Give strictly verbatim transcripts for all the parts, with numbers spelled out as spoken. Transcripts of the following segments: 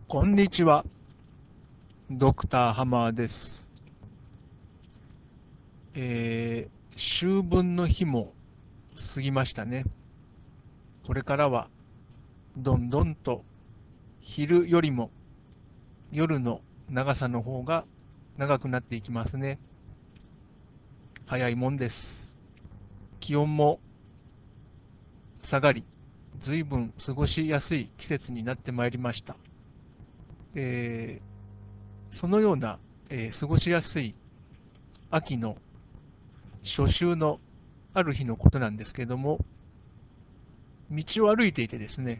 こんにちは、ドクターハマーです。えー、秋分の日も過ぎましたね。これからはどんどんと昼よりも夜の長さの方が長くなっていきますね。早いもんです。気温も下がり、ずいぶん過ごしやすい季節になってまいりました。えー、そのような、えー過ごしやすい秋の初秋のある日のことなんですけれども、道を歩いていてですね、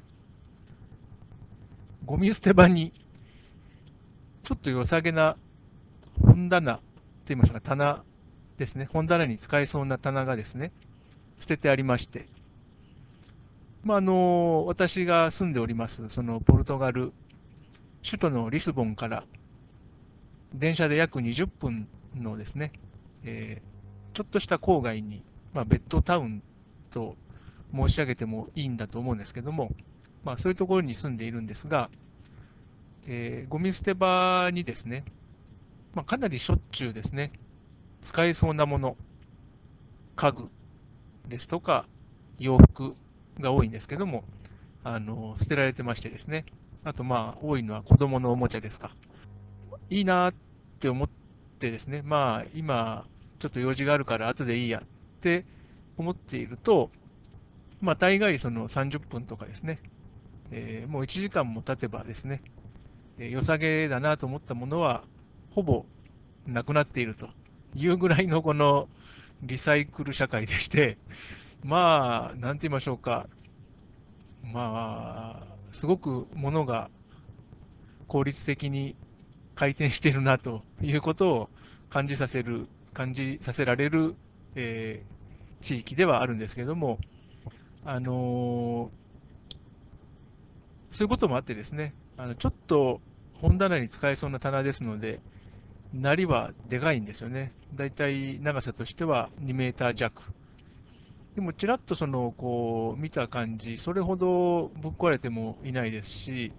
ゴミ捨て場にちょっと良さげな本棚って言いましょうか、棚ですね、本棚に使えそうな棚がですね、捨ててありまして、まあ、あの私が住んでおります、そのポルトガル、首都のリスボンから電車で約にじゅっぷんのですね、えーちょっとした郊外に、まあ、ベッドタウンと申し上げてもいいんだと思うんですけども、まあ、そういうところに住んでいるんですが、えーゴミ捨て場にですね、まあ、かなりしょっちゅうですね、使えそうなもの、家具ですとか洋服が多いんですけども、あの捨てられてましてですね、あとまあ多いのは子供のおもちゃですか。いいなって思ってですね、まあ今ちょっと用事があるから後でいいやって思っていると、まあ大概そのさんじゅっぷんとかですね、えーもういちじかんも経てばですね、えー良さげだなと思ったものはほぼなくなっているというぐらいのこのリサイクル社会でして、まあ、なんて言いましょうか、まあ、すごくものが効率的に回転しているなということを感じさせる、感じさせられる、えー地域ではあるんですけれども、あのーそういうこともあってですね、あのちょっと本棚に使えそうな棚ですので、なりはでかいんですよね。だいたい長さとしてはにメーター弱。でも、ちらっとその、こう、見た感じ、それほどぶっ壊れてもいないですし、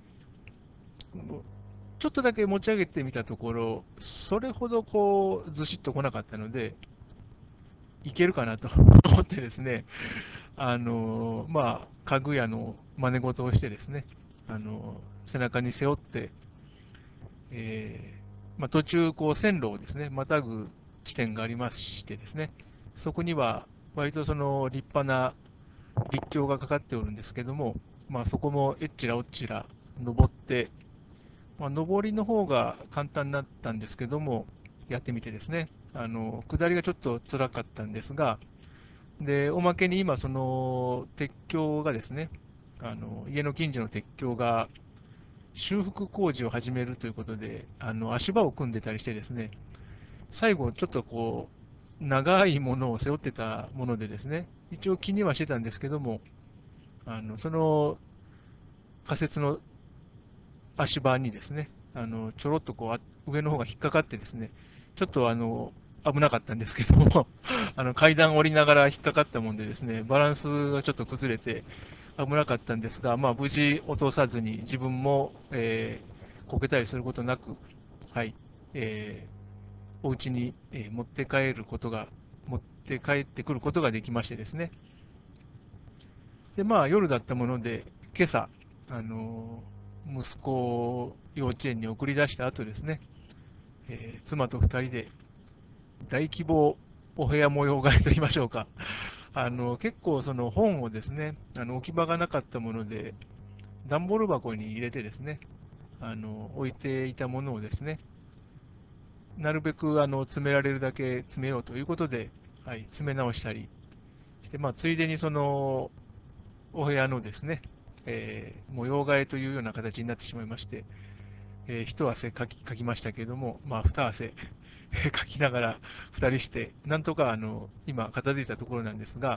ちょっとだけ持ち上げてみたところ、それほどこう、ずしっと来なかったので、いけるかなと思ってですね、あの、まあ、家具屋の真似事をしてですね、あの、背中に背負って、えーまあ、途中、こう、線路をですね、またぐ地点がありましてですね、そこには、割とその立派な立教がかかっておるんですけども、まあ、そこもえっちらおっちら登って、まあ、登りの方が簡単になったんですけども、やってみてですね、あの下りがちょっと辛かったんですが、でおまけに今、その鉄橋がですね、あの家の近所の鉄橋が修復工事を始めるということで、あの足場を組んでたりしてですね、最後、ちょっとこう、長いものを背負ってたものでですね、一応気にはしてたんですけども、あのその仮設の足場にですね、あのちょろっとこう上の方が引っかかってですね、ちょっとあの危なかったんですけども、あの階段降りながら引っかかったもんでですね、バランスがちょっと崩れて危なかったんですが、まあ、無事落とさずに自分も、えーこけたりすることなく、はい、えーお家に、えー持って帰ることが、持って帰ってくることができましてですね、で、まあ、夜だったもので、今朝、あの息子を幼稚園に送り出した後ですね、えー妻とふたりで大規模お部屋模様替えといいましょうか、あの結構その本をですね、あの置き場がなかったもので、段ボール箱に入れてですね、あの置いていたものをですね、なるべくあの詰められるだけ詰めようということで、はい、詰め直したりして、まあ、ついでにそのお部屋のですね、えー模様替えというような形になってしまいまして、えー一汗かきかきましたけれども、まあ、二汗かきながら二人して、なんとかあの今、片付いたところなんですが、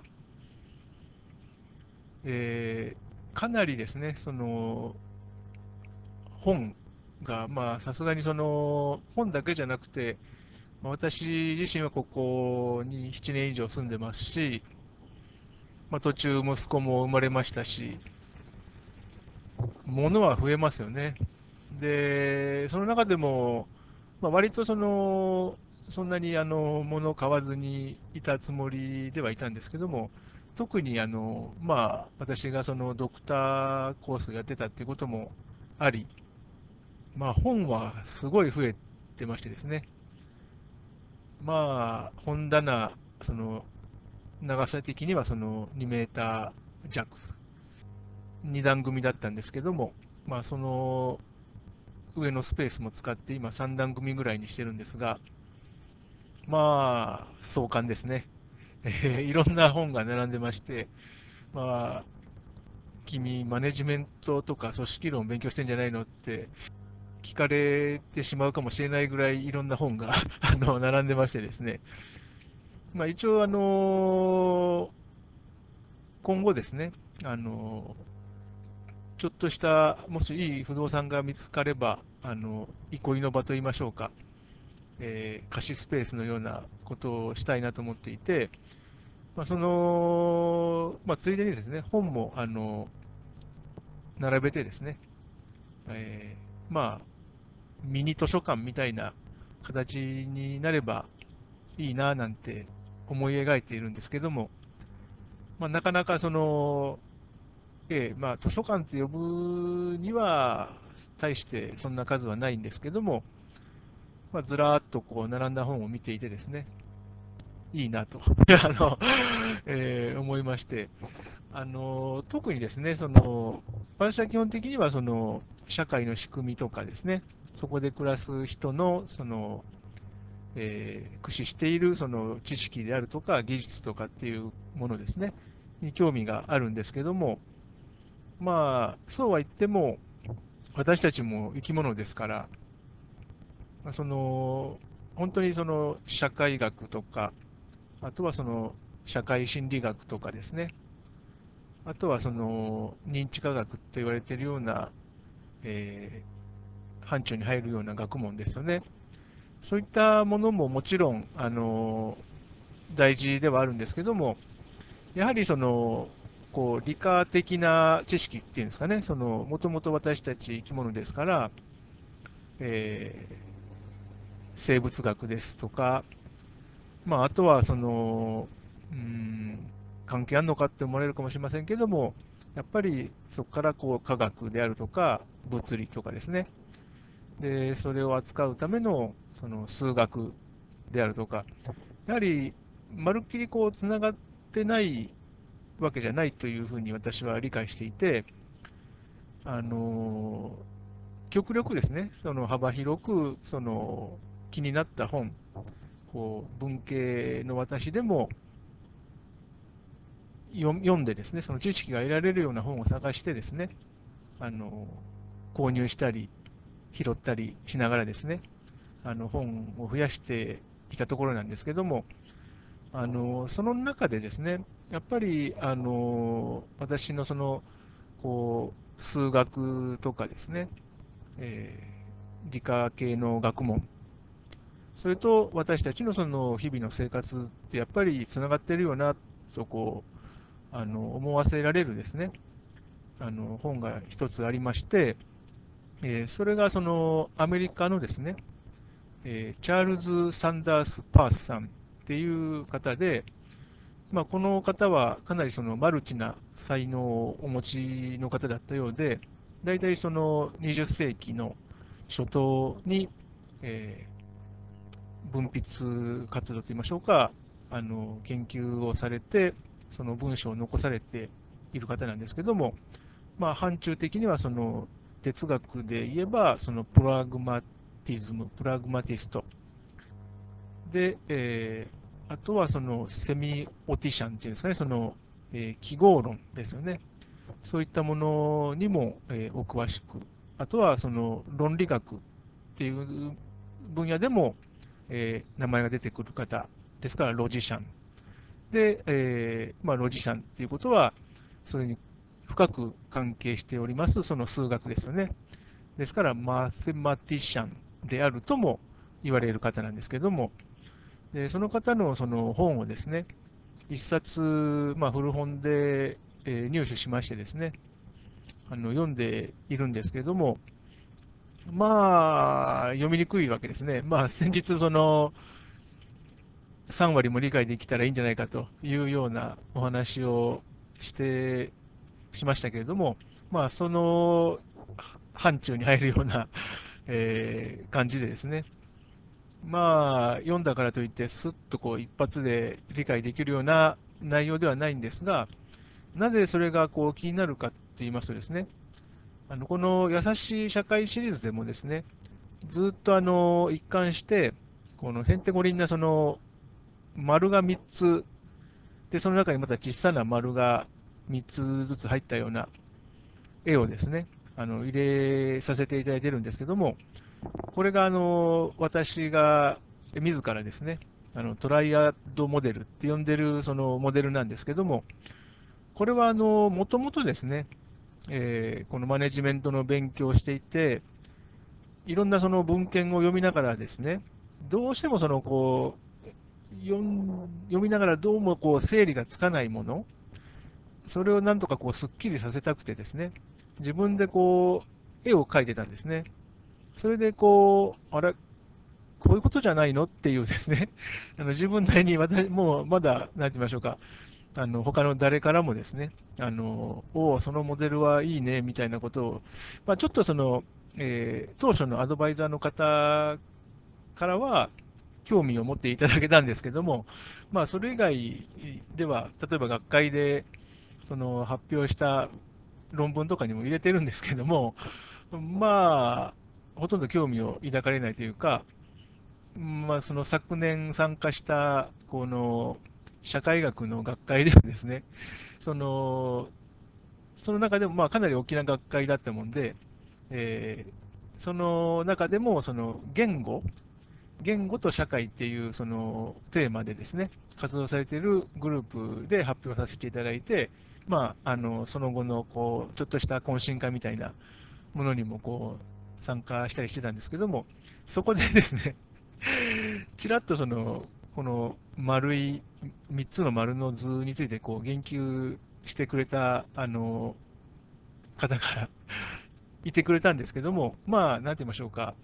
えーかなりですね、その本が、まあ、さすがにその本だけじゃなくて、まあ私自身はここにななねん以上住んでますし、まあ、途中息子も生まれましたし、物は増えますよね。 で、その中でも、まあ、割とその、そんなにあの物を買わずにいたつもりではいたんですけども、特にあの、まあ、私がそのドクターコースをやってたっていうこともあり、まあ、本はすごい増えてましてですね、まあ、本棚、その長さ的にはそのにメーター弱、に段組だったんですけども、まあ、その上のスペースも使って今さん段組ぐらいにしてるんですが、まあ、壮観ですね。えーいろんな本が並んでまして、まあ、君、マネジメントとか組織論を勉強してんじゃないのって聞かれてしまうかもしれないぐらいいろんな本があの並んでましてですね、まあ、一応、あの今後ですね、あのちょっとした、もしいい不動産が見つかれば、あの憩いの場といいましょうか、えー貸しスペースのようなことをしたいなと思っていて、まあ、その、まあ、ついでにですね、本もあの並べてですね、えーまあ、ミニ図書館みたいな形になればいいななんて思い描いているんですけども、まあ、なかなかその、ええまあ、図書館って呼ぶには、大してそんな数はないんですけども、まあ、ずらーっとこう並んだ本を見ていてですね、いいなとあの、えー思いまして、あの特にですね、その私は基本的にはその社会の仕組みとかですね、そこで暮らす人のその、えー駆使しているその知識であるとか技術とかっていうものですね、に興味があるんですけども、まあ、そうは言っても、私たちも生き物ですから、まあその本当にその社会学とか、あとはその社会心理学とかですね、あとはその認知科学と言われているような、えー範疇に入るような学問ですよね。そういったものももちろん、あの大事ではあるんですけども、やはりそのこう理科的な知識っていうんですかね、そのもともと私たち生き物ですから、えー生物学ですとか、まあ、あとはその、うん、関係あるのかって思われるかもしれませんけども、やっぱりそこからこう科学であるとか、物理とかですね、でそれを扱うためのその数学であるとか、やはりまるっきりこうつながってないわけじゃないというふうに私は理解していて、あの極力ですね、その幅広くその気になった本、こう文系の私でも読読んでですね、その知識が得られるような本を探してですね、あの購入したり、拾ったりしながらですね、あの本を増やしていたところなんですけども、あのその中でですね、やっぱりあの私のそのこう数学とかですね、えー理科系の学問、それと私たちのその日々の生活ってやっぱりつながってるよなとこうあの思わせられるですね、あの本が一つありまして、えーそれがそのアメリカのですね、えーチャールズ・サンダース・パースさんっていう方で、まあ、この方はかなりそのマルチな才能をお持ちの方だったようで、大体そのにじゅっ世紀の初頭に、えー文筆活動といいましょうか、あの研究をされて、その文章を残されている方なんですけども、まあ、範疇的にはその哲学で言えば、そのプラグマティズム、プラグマティストで、えーあとはそのセミオティシャンっていうんですかね、その、えー記号論ですよね。そういったものにも、えーお詳しく、あとはその論理学っていう分野でも、えー名前が出てくる方ですから、ロジシャン。で、えーまあ、ロジシャンっていうことは、それに深く関係しております、その数学ですよね。ですから、マセマティシャンであるとも言われる方なんですけども、でその方のその本をですね、一冊、まあ、古本で、えー入手しましてですね、あの読んでいるんですけれども、 まあ、読みにくいわけですね。まあ、先日、その、さん割も理解できたらいいんじゃないかというようなお話をして、しましたけれども、まあ、その範疇に入るような、えー感じでですね、まあ、読んだからといって、すっとこう一発で理解できるような内容ではないんですが、なぜそれがこう気になるかって言いますとですね、あのこの優しい社会シリーズでもですね、ずっとあの一貫して、このへんてこりんなその丸がみっつ、で、その中にまた小さな丸がみっつずつ入ったような絵をですね、あの入れさせていただいているんですけども、これがあの私が自らですね、あのトライアドモデルって呼んでるそのモデルなんですけども、これはもともとですね、えーこのマネジメントの勉強をしていて、いろんなその文献を読みながらですね、どうしてもそのこう読ん読みながらどうもこう整理がつかないもの、それをなんとかこうすっきりさせたくてですね、自分でこう絵を描いてたんですね。それでこう、あれ、こういうことじゃないのっていうですね、あの自分なりに私もうまだ、なんて言いましょうか、あの他の誰からもですね、あのおお、そのモデルはいいねみたいなことを、まあ、ちょっとその、えー当初のアドバイザーの方からは興味を持っていただけたんですけども、まあ、それ以外では、例えば学会でその発表した論文とかにも入れてるんですけども、まあ、ほとんど興味を抱かれないというか、まあ、その昨年参加したこの社会学の学会ではですね、そのその中でもまあかなり大きな学会だったもんで、えーその中でもその言語、言語と社会っていうそのテーマでですね、活動されているグループで発表させていただいて、まあ、あのその後のこうちょっとした懇親会みたいなものにもこう参加したりしてたんですけども、そこでですね、ちらっとその、この丸い、みっつの丸の図についてこう言及してくれたあの方がいてくれたんですけども、まあ、なんて言いましょうか、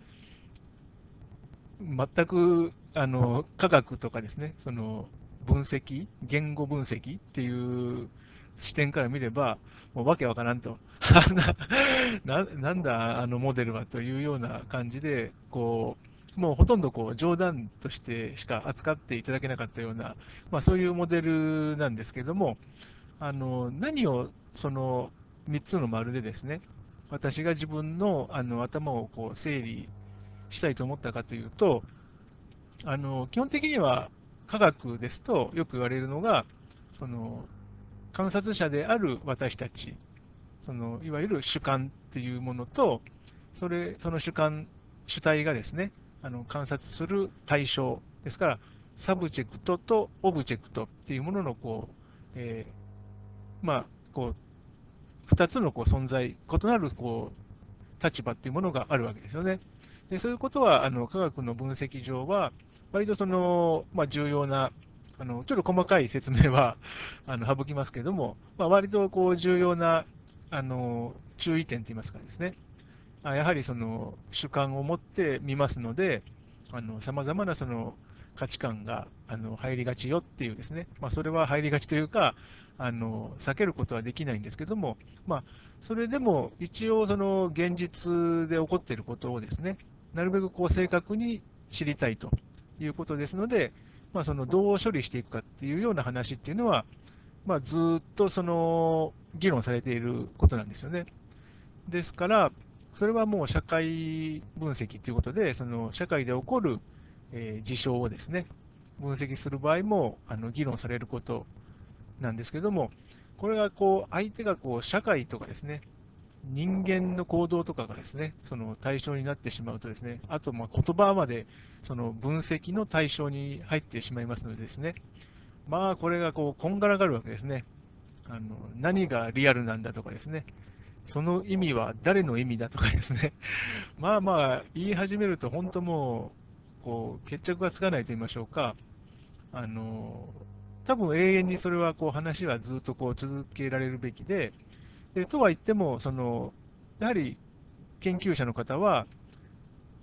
全くあの科学とかですね、その分析、言語分析っていう視点から見れば、もうわけわからんと、な、なんだ、あのモデルはというような感じで、こうもうほとんどこう冗談としてしか扱っていただけなかったような、まあ、そういうモデルなんですけども、あの何をそのみっつの丸でですね、私が自分のあの頭をこう整理したいと思ったかというと、あの基本的には科学ですとよく言われるのが、その観察者である私たち、そのいわゆる主観っていうものと、それその主観、主体がですね、あの観察する対象ですから、サブジェクトとオブジェクトっていうもののこう、えーまあ、こうふたつのこう存在、異なるこう立場っていうものがあるわけですよね。でそういうことはあの科学の分析上は、割とその、まあ、重要な、あのちょっと細かい説明はあの省きますけれども、まあ、割とこう重要なあの注意点といいますかですね、あやはりその主観を持って見ますので、さまざまなその価値観があの入りがちよっていうですね、まあ、それは入りがちというか、あの避けることはできないんですけども、まあ、それでも一応、その現実で起こっていることをですね、なるべくこう正確に知りたいということですので、まあ、そのどう処理していくかっていうような話っていうのは、まあ、ずっとその議論されていることなんですよね。ですから、それはもう社会分析ということで、その社会で起こる、えー事象をですね、分析する場合もあの議論されることなんですけども、これがこう相手がこう社会とかですね、人間の行動とかがですね、その対象になってしまうとですね、あとまあ言葉までその分析の対象に入ってしまいますのでですね、まあこれがこうこんがらがるわけですね。あの何がリアルなんだとかですね、その意味は誰の意味だとかですね、まあまあ言い始めると本当もうこう決着がつかないと言いましょうか、あの多分永遠にそれはこう話はずっとこう続けられるべきで、でとは言ってもその、やはり研究者の方は、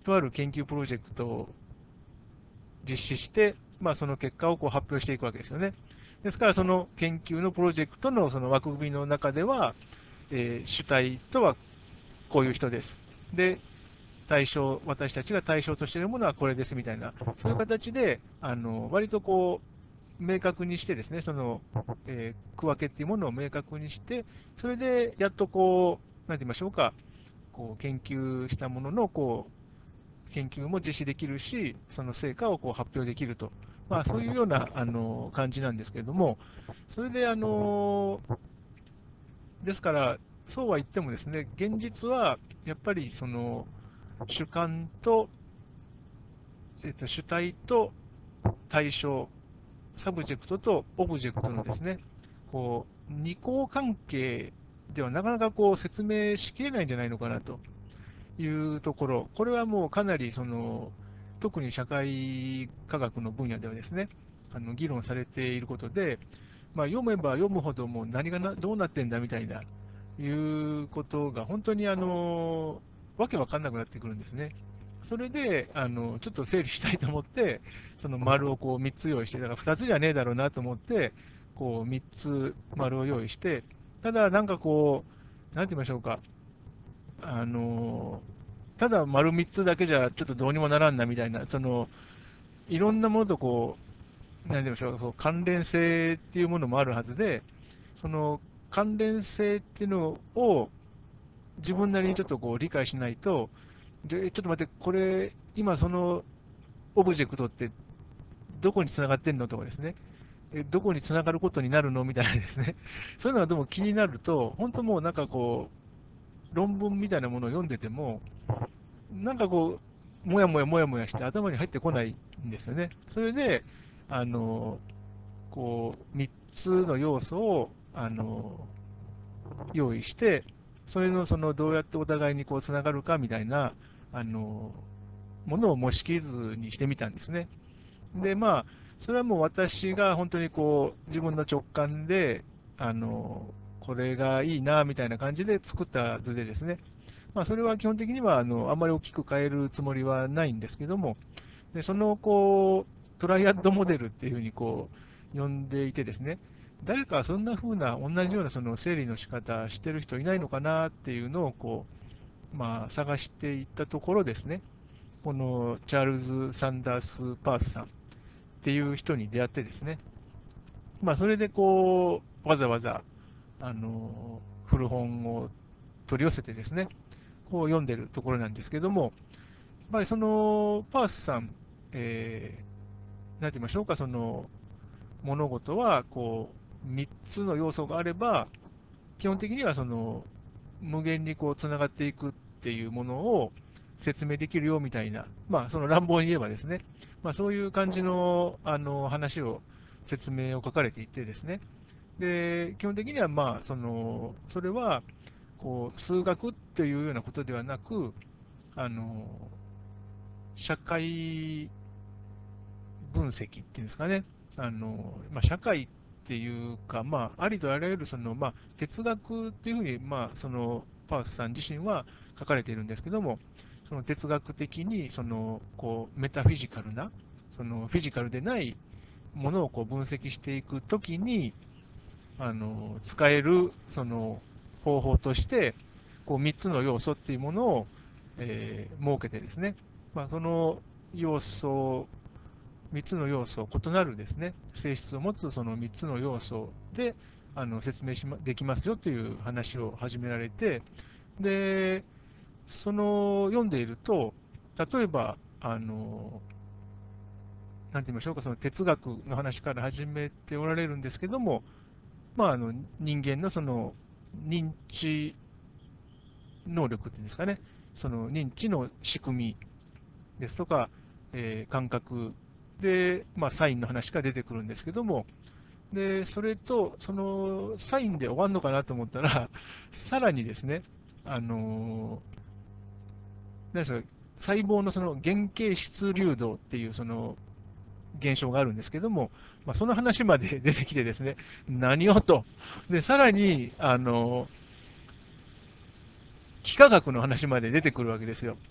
とある研究プロジェクトを実施して、まあ、その結果をこう発表していくわけですよね。ですから、その研究のプロジェクトのその枠組みの中では、えー主体とはこういう人です。で、対象、私たちが対象としているものはこれですみたいな、そういう形で、あの割とこう、明確にしてですね、その、えー区分けっていうものを明確にして、それでやっとこう、なんて言いましょうか、こう研究したもののこう研究も実施できるし、その成果をこう発表できると、まあ、そういうようなあの感じなんですけれども、それで、あのですから、そうは言ってもですね、現実はやっぱりその主観と、えっと、主体と対象、サブジェクトとオブジェクトのですね、こう二項関係ではなかなかこう説明しきれないんじゃないのかなというところ、これはもうかなりその、特に社会科学の分野ではですね、あの議論されていることで、まあ、読めば読むほどもう何がなどうなってんだみたいないうことが本当にあのわけわかんなくなってくるんですね。それであのちょっと整理したいと思って、その丸をこうみっつ用意して、だからふたつじゃねえだろうなと思って、こうみっつ丸を用意して、ただなんかこう、なんて言いましょうか、あのただ丸みっつだけじゃちょっとどうにもならんなみたいな、そのいろんなものとこう、なんて言いましょう、こう関連性っていうものもあるはずで、その関連性っていうのを自分なりにちょっとこう理解しないと、でちょっと待って、これ、今そのオブジェクトってどこにつながってんのとかですね、えどこにつながることになるのみたいなですね、そういうのがどうも気になると、本当もうなんかこう、論文みたいなものを読んでても、なんかこう、もやもやもやもやして頭に入ってこないんですよね。それで、あの、こう、みっつの要素を、あの、用意して、それのそのどうやってお互いにこうつながるかみたいな、あの、ものを模式図にしてみたんですね。で、まあ、それはもう私が本当にこう、自分の直感で、あの、これがいいな、みたいな感じで作った図でですね。まあ、それは基本的には、あの、あんまり大きく変えるつもりはないんですけども、で、その、こう、トライアッドモデルっていうふうにこう、呼んでいてですね、誰かそんな風な、同じようなその整理の仕方してる人いないのかなっていうのを、こう、まあ、探していったところですね、このチャールズ・サンダース・パースさんっていう人に出会ってですね、まあ、それでこう、わざわざ、あの、古本を取り寄せてですね、こう読んでるところなんですけども、やっぱりそのパースさん、えー、なんて言いましょうか、その物事はこうみっつの要素があれば、基本的にはその無限にこうつながっていくっていうものを説明できるよみたいな、まあ、その乱暴に言えばですね、まあ、そういう感じのあの話を、説明を書かれていてですね、で基本的には、まあ、そのそれはこう数学というようなことではなく、あの社会分析っていうんですかね、あのまあ、社会っていうか、まあ、ありとあらゆるその、まあ、哲学っていうふうに、まあ、そのパースさん自身は書かれているんですけども、その哲学的にそのこうメタフィジカルな、そのフィジカルでないものをこう分析していくときに、あの使えるその方法として、こうみっつの要素っていうものを、えー設けてですね、まあ、その要素、みっつの要素、異なるですね、性質を持つそのみっつの要素であの説明し、ま、できますよという話を始められて、で、その読んでいると、例えば、あの、なんて言いましょうか、その哲学の話から始めておられるんですけども、まあ、あの人間のその認知能力っていうんですかね、その認知の仕組みですとか、えー感覚で、まあ、サインの話が出てくるんですけども、でそれと、そのサインで終わるのかなと思ったら、さらにですね、あのー、なんですか、細胞のその原型質流動っていうその現象があるんですけども、まあ、その話まで出てきてですね、何をと。で、さらに、あの、幾何学の話まで出てくるわけですよ。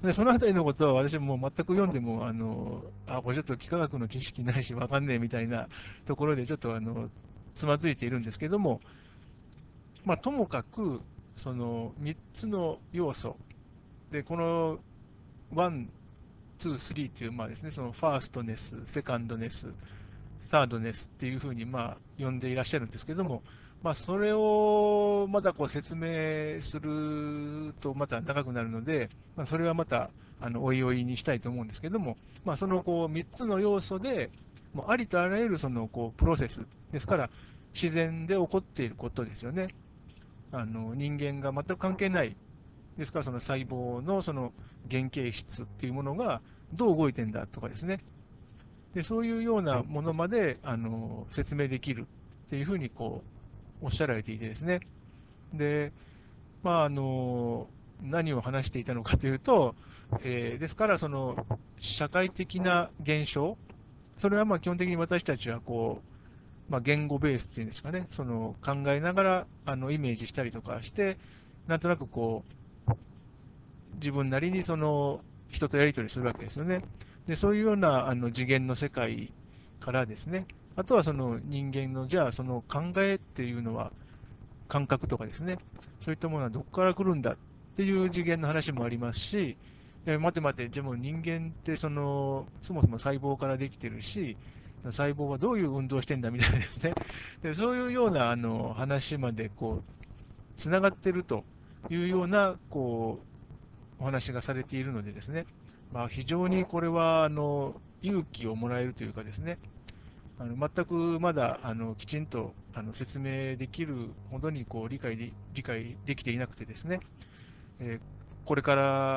で、そのあたりのことは私ももう全く読んでも、あの、あ、これちょっと幾何学の知識ないしわかんねえみたいなところでちょっとあの、つまずいているんですけども、まあ、ともかく、そのみっつの要素で、このワン、ツー、スリーという、まあですね、そのファーストネス、セカンドネス、サードネスっていうふうにまあ呼んでいらっしゃるんですけども、まあ、それをまだこう説明するとまた長くなるので、まあ、それはまたあのおいおいにしたいと思うんですけども、まあ、そのこうみっつの要素で、もうありとあらゆるそのこうプロセスですから、自然で起こっていることですよね。あの人間が全く関係ない、ですからその細胞のその原型質っていうものがどう動いてんだとかですね、でそういうようなものまであの説明できるっていうふうにこうおっしゃられていてですね、で、まあ、あの何を話していたのかというと、えーですからその社会的な現象、それはまあ基本的に私たちはこう、まあ、言語ベースっていうんですかね、その考えながらあのイメージしたりとかして、なんとなくこう自分なりにその人とやり取りするわけですよね。で、そういうようなあの次元の世界からですね、あとはその人間の、じゃあその考えっていうのは、感覚とかですね、そういったものはどこから来るんだっていう次元の話もありますし、え待て待て、でも人間ってそのそもそも細胞からできてるし、細胞はどういう運動をしてんだみたいなですね、でそういうようなあの話までこうつながってるというようなこうお話がされているのでですね、まあ、非常にこれはあの勇気をもらえるというかですね、あの全くまだあのきちんとあの説明できるほどにこう理解で理解できていなくてですね、えーこれから、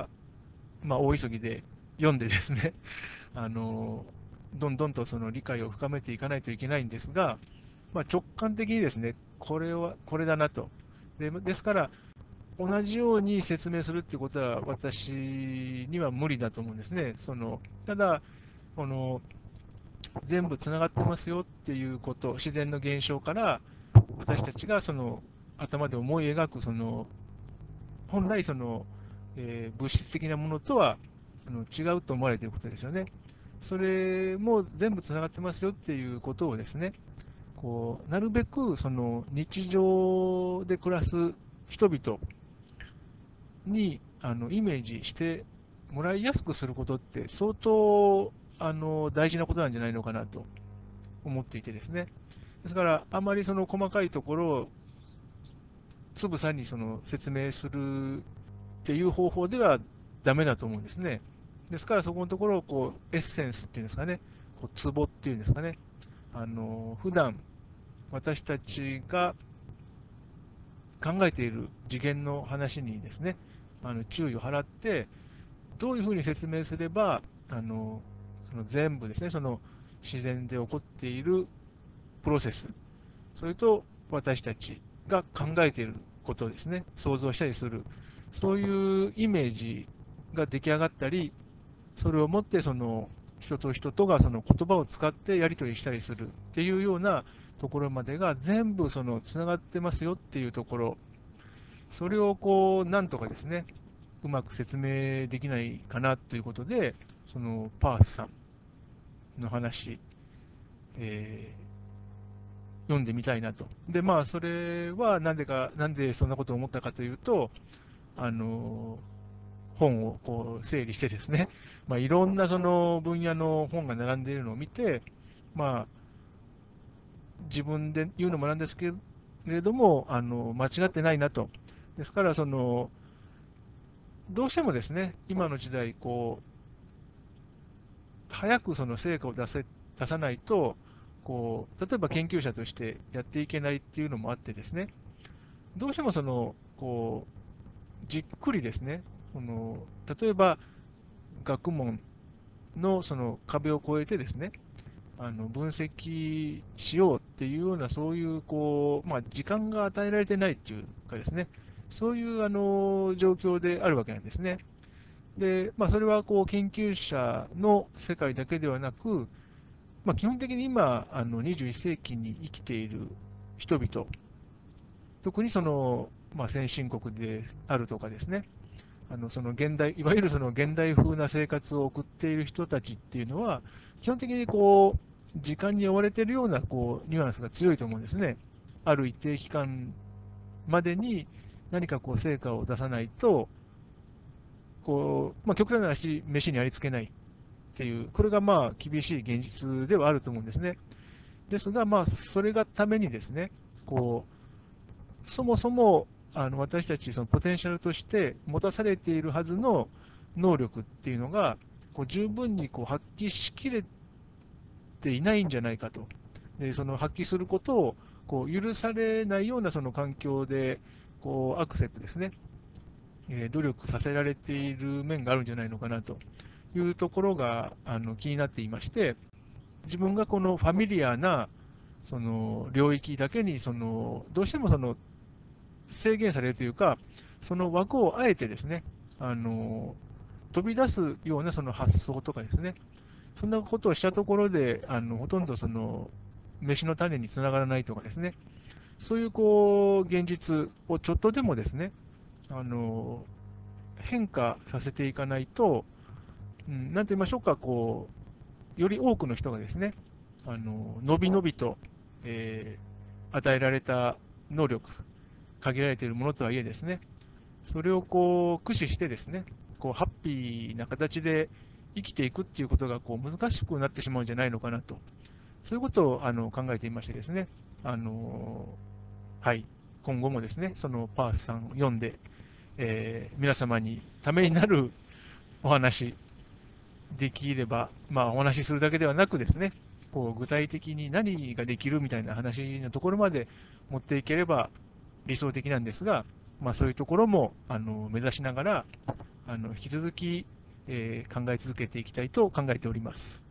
まあ、大急ぎで読んでですね、あのどんどんとその理解を深めていかないといけないんですが、まあ、直感的にですね、これはこれだなと。でですから、同じように説明するっていうことは私には無理だと思うんですね。そのただこの全部つながってますよっていうこと、自然の現象から私たちがその頭で思い描くその本来その、えー物質的なものとはあの違うと思われていることですよね。それも全部つながってますよっていうことをですね、こうなるべくその日常で暮らす人々にあのイメージしてもらいやすくすることって相当あの大事なことなんじゃないのかなと思っていてですね。ですから、あまりその細かいところをつぶさにその説明するっていう方法ではダメだと思うんですね。ですから、そこのところをこうエッセンスっていうんですかね、こうツボっていうんですかね、あの普段私たちが考えている次元の話にですね、あの注意を払って、どういうふうに説明すれば、あのその全部ですね、その自然で起こっているプロセス、それと私たちが考えていることですね、想像したりする、そういうイメージが出来上がったり、それをもってその人と人とがその言葉を使ってやり取りしたりするっていうようなところまでが全部そのつながってますよっていうところ、それをこうなんとかですね、うまく説明できないかなということで、そのパースさんの話、えー読んでみたいなと。で、まあ、それはなんでか、なんでそんなことを思ったかというと、あの、本をこう整理してですね、まあ、いろんなその分野の本が並んでいるのを見て、まあ、自分で言うのもなんですけれども、あの、間違ってないなと。ですから、その、どうしてもですね、今の時代、こう、早くその成果を出せ、出さないと、こう、例えば研究者としてやっていけないっていうのもあってですね、どうしてもその、こう、じっくりですね、この例えば学問のその壁を越えてですね、あの分析しようっていうような、そういうこう、まあ、時間が与えられてないっていうかですね、そういうあの状況であるわけなんですね。で、まあ、それはこう研究者の世界だけではなく、まあ、基本的に今、あのにじゅういっ世紀に生きている人々、特にその、まあ、先進国であるとかですね、 あのその現代、いわゆるその現代風な生活を送っている人たちっていうのは、基本的にこう時間に追われているようなこうニュアンスが強いと思うんですね。ある一定期間までに何かこう成果を出さないと、こうまあ、極端な話、飯にありつけないっていう、これがまあ厳しい現実ではあると思うんですね。ですが、まあ、それがためにですね、こうそもそもあの私たち、そのポテンシャルとして持たされているはずの能力っていうのが、こう十分にこう発揮しきれていないんじゃないかと。で、その発揮することをこう許されないようなその環境で、こうアクセプですね、えー努力させられている面があるんじゃないのかなというところがあの気になっていまして、自分がこのファミリアなその領域だけにその、どうしてもその制限されるというか、その枠をあえてですね、あの飛び出すようなその発想とかですね、そんなことをしたところで、あのほとんどその飯の種につながらないとかですね、そういうこう現実をちょっとでもですね、あの変化させていかないと、うん、なんと言いましょうか、こうより多くの人がですね、あののびのびと、えー与えられた能力、限られているものとはいえですね、それをこう駆使してですね、こうハッピーな形で生きていくっていうことがこう難しくなってしまうんじゃないのかなと、そういうことをあの考えていましてですね、あのはい、今後もですね、そのパースさんを読んで、えー皆様にためになるお話できれば、まあ、お話しするだけではなくですね、こう具体的に何ができるみたいな話のところまで持っていければ理想的なんですが、まあ、そういうところもあの目指しながら、あの引き続き、えー考え続けていきたいと考えております。